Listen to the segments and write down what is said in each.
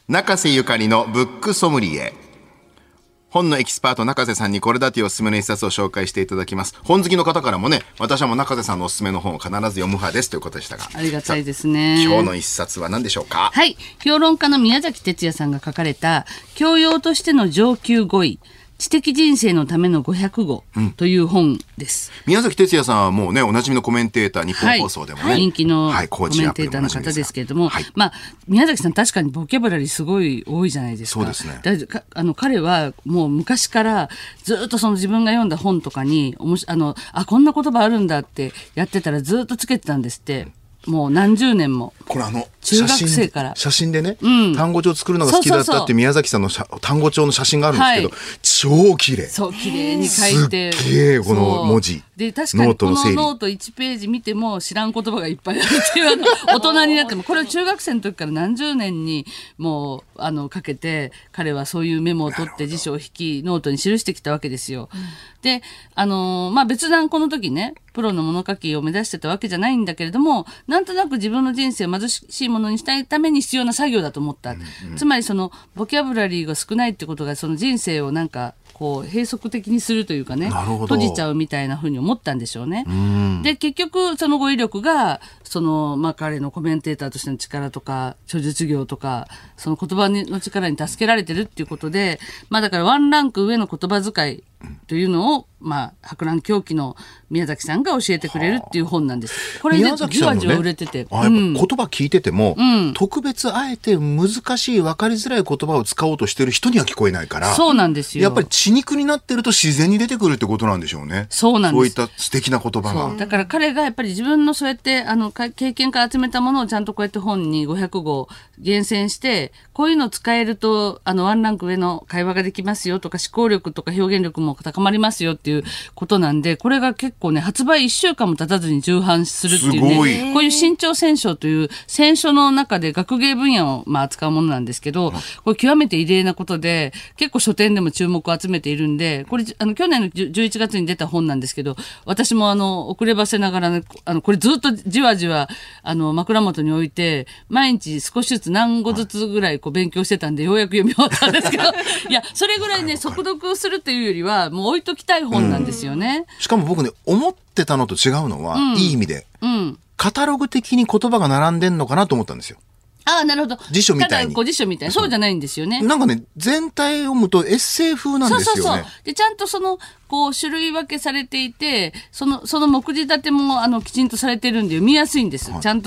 中瀬ゆかりのブックソムリエ。本のエキスパート中瀬さんにこれだというおすすめの一冊を紹介していただきます。本好きの方からもね、私はもう中瀬さんのおすすめの本を必ず読む派ですということでしたが、 ありがたいですね。 今日の一冊は何でしょうか。 はい、評論家の宮崎哲也さんが書かれた教養としての上級語彙、知的人生のための500語という本です、 宮崎哲也さんはもうね、おなじみのコメンテーター、日本放送でもね、 人気のコメンテーターの方ですけれども、まあ、宮崎さん確かにボキャブラリーすごい多いじゃないですか。 そうですね。 彼はもう昔からずっとその自分が読んだ本とかにこんな言葉あるんだってやってたらずっとつけてたんですって。もう何十年も。 これ中学生から写真でね、単語帳作るのが好きだったって宮崎さんの単語帳の写真があるんですけど、超綺麗。 そう、綺麗に書いて。 すっげえこの文字。 で、確かにこのノート1ページ見ても知らん言葉がいっぱいあるっていう大人になっても、これは中学生の時から何十年にもうかけて、彼はそういうメモを取って辞書を引きノートに記してきたわけですよ。で、まあ、別段この時ね、プロの物書きを目指してたわけじゃないんだけれども、なんとなく自分の人生を貧しいものにしたいために必要な作業だと思った。つまりそのボキャブラリーが少ないってことがその人生をなんかこう閉塞的にするというかね、閉じちゃうみたいなふうに思ったんでしょうね。で、結局その語彙力が彼のコメンテーターとしての力とか著述業とかその言葉の力に助けられてるっていうことで、まあだからワンランク上の言葉遣いというのを、博覧狂気の宮崎さんが教えてくれるっていう本なんです。これね、じわじわ売れてて、 やっぱ言葉聞いてても、特別あえて難しい分かりづらい言葉を使おうとしてる人には聞こえないから、 そうなんですよ。 やっぱり血肉になってると自然に出てくるってことなんでしょうね。 そうなんです。 そういった素敵な言葉が。 だから彼がやっぱり自分のそうやって経験から集めたものをちゃんとこうやって本に500語厳選して、こういうのを使えるとワンランク上の会話ができますよとか、思考力とか表現力も高まりますよっていうことなんで、これが結構ね、発売1週間も経たずに重版するっていうね、こういう新潮選書という選書の中で学芸分野を扱うものなんですけど、これ極めて異例なことで、結構書店でも注目を集めているんで、これ去年の11月に出た本なんですけど、私も遅ればせながらね、これずっとじわじわ枕元に置いて、毎日少しずつ何語ずつぐらい勉強してたんで、ようやく読み終わったんですけどいや、それぐらいね、速読をするというよりはもう置いときたい本なんですよね。 しかも僕ね、思ってたのと違うのは、いい意味で、カタログ的に言葉が並んでんのかなと思ったんですよ。 ああ、なるほど。 辞書みたいに。 ただ辞書みたいな。そうじゃないんですよね。 なんかね、全体読むとエッセイ風なんですよね。 そう。で、ちゃんと種類分けされていて、その目次立ても、きちんとされてるんで読みやすいんです。ちゃんと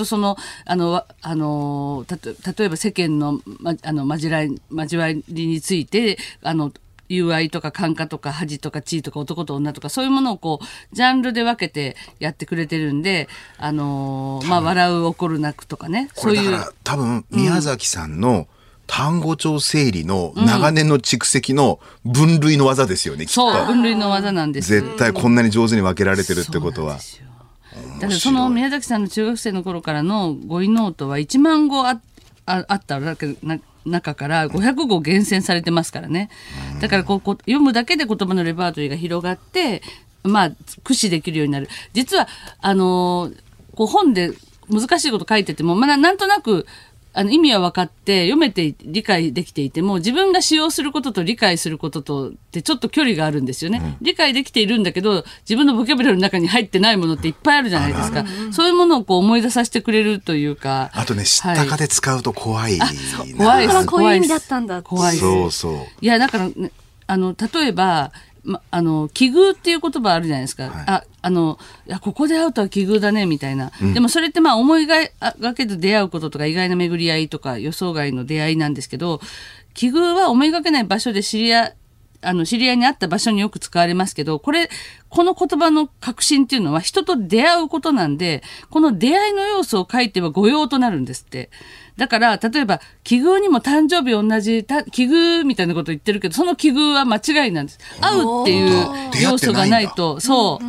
例えば世間の、交わりについて、友愛とか感化とか恥とか地位とか男と女とかそういうものをジャンルで分けてやってくれてるんで、笑う怒る泣くとかね、そういう。だから多分宮崎さんの単語帳整理の長年の蓄積の分類の技ですよね、きっと。 そう、分類の技なんです。 絶対こんなに上手に分けられてるってことは。 だからその宮崎さんの中学生の頃からの語彙ノートは1万語あったわけ中から500語厳選されてますからね。だから読むだけで言葉のレパートリーが広がって、駆使できるようになる。実は本で難しいこと書いてても、なんとなく意味は分かって読めて理解できていても、自分が使用することと理解することとってちょっと距離があるんですよね。理解できているんだけど、自分のボキャブラリーの中に入ってないものっていっぱいあるじゃないですか。そういうものを思い出させてくれるというか。 あとね、知ったかで使うと怖い。 怖いです。 こういう意味だったんだ。 怖いです。 そう。 いや、だから、ね、例えば、奇遇っていう言葉あるじゃないですか。いやここで会うとは奇遇だねみたいな。でもそれって思いがけず出会うこととか意外な巡り合いとか予想外の出会いなんですけど、奇遇は思いがけない場所で知り合いに会った場所によく使われますけど、この言葉の核心っていうのは人と出会うことなんで、この出会いの要素を書いては語用となるんですって。だから例えば奇遇にも誕生日同じ奇遇みたいなこと言ってるけど、その奇遇は間違いなんです。会うっていう要素がないと、そう。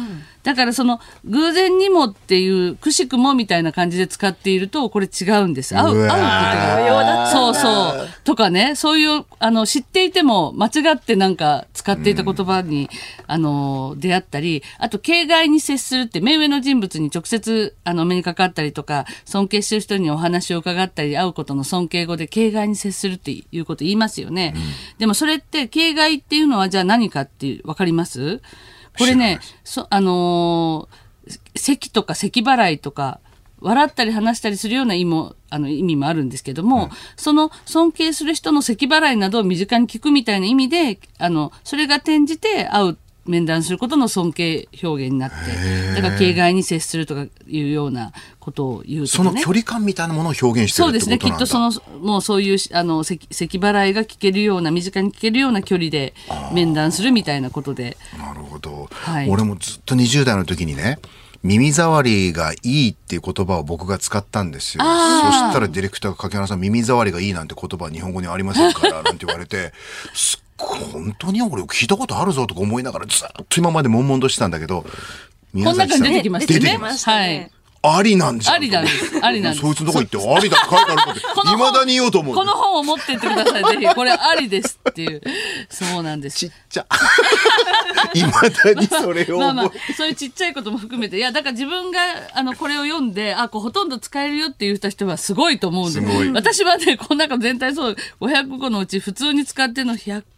だからその偶然にもっていうくしくもみたいな感じで使っているとこれ違うんです。合うことがそうそうとかね、そういう知っていても間違ってなんか使っていた言葉に、出会ったり、あと形骸に接するって目上の人物に直接目にかかったりとか尊敬してる人にお話を伺ったり会うことの尊敬語で形骸に接するっていうこと言います요ね、でもそれって形骸っていうのはじゃあ何かって分かります？これね、咳とか咳払いとか笑ったり話したりするような意味もあるんですけども、その尊敬する人の咳払いなどを身近に聞くみたいな意味でそれが転じて会う面談することの尊敬表現になって、だから形骸に接するとかいうようなことを言うとかね、 その距離感みたいなものを表現してるってことなんだ。 そうですね、きっともうそういう咳払いが聞けるような、身近に聞けるような距離で面談するみたいなことで。 なるほど、 はい、 俺もずっと20代の時にね、耳障りがいいっていう言葉を僕が使ったんですよ。そしたらディレクターが柿原さん、耳障りがいいなんて言葉は日本語にありませんからなんて言われて本当に俺聞いたことあるぞとか思いながらずっと今まで悶々としてたんだけど、 宮崎さんこの中に出てきましたね。 出てきましたはい。 ありなんじゃん。 ありなんです。ありなんです。 そいつのとこ行ってありだって書いてあることいまだに言おうと思う。 この本を持ってってください。ぜひこれありですっていう。そうなんです。 ちっちゃ。いまだにそれをそういうちっちゃいことも含めて、いやだから自分がこれを読んでこうほとんど使えるよって言った人はすごいと思うんで、私はねこの中全体そう500語のうち普通に使ってるの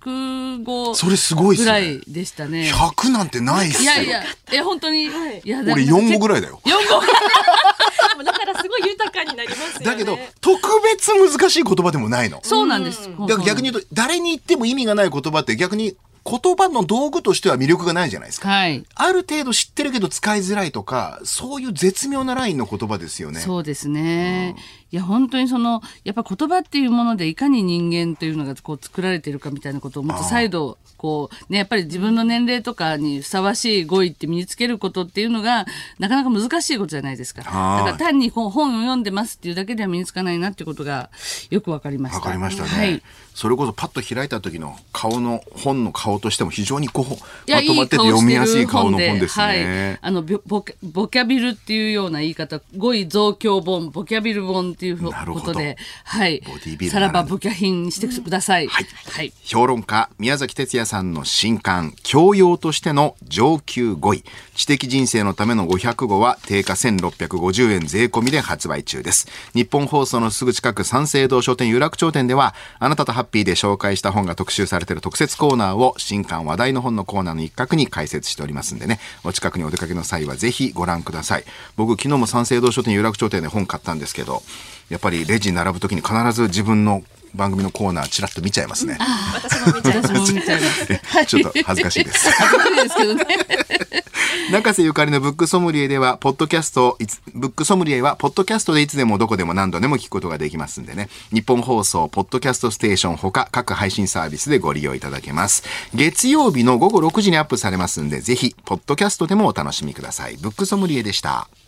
100語それすごいぐらいでしたね。 100なんてないっすよ。 いや本当に、いや俺4語ぐらいだよ。 4語だからすごい豊かになりますよね。 だけど特別難しい言葉でもないの。 そうなんです。 だから逆に言うと誰に言っても意味がない言葉って逆に言葉の道具としては魅力がないじゃないですか、はい、ある程度知ってるけど使いづらいとか、そういう絶妙なラインの言葉ですよね。 そうですね、いや本当にやっぱ言葉っていうものでいかに人間というのがこう作られているかみたいなことをもっと再度こうね、やっぱり自分の年齢とかにふさわしい語彙って身につけることっていうのがなかなか難しいことじゃないですか。だから単に本を読んでますっていうだけでは身につかないなっていうことがよく分かりました。 分かりましたね、 はい、 それこそパッと開いた時の本の顔としても非常にこうまとまってて読みやすい顔の本ですね。 はい、ボキャビルっていうような言い方、語彙増強本、ボキャビル本っていうことで、はい、さらばボキャ品にしてください、 はいはい、評論家宮崎哲也さんの新刊教養としての上級語彙、知的人生のための500語は定価1650円税込みで発売中です。日本放送のすぐ近く三省堂書店有楽町店では、あなたとハッピーで紹介した本が特集されている特設コーナーを新刊話題の本のコーナーの一角に開設しておりますんでね、お近くにお出かけの際はぜひご覧ください。僕昨日も三省堂書店有楽町店で本買ったんですけど、やっぱりレジに並ぶときに必ず自分の番組のコーナーちらっと見ちゃいますね。 私も見ちゃいますちょっと恥ずかしいです。 恥ずかしいですけどね。 中瀬ゆかりのブックソムリエではブックソムリエはポッドキャストでいつでもどこでも何度でも聞くことができますんでね、日本放送ポッドキャストステーションほか各配信サービスでご利用いただけます。月曜日の午後6時にアップされますんで、ぜひポッドキャストでもお楽しみください。ブックソムリエでした。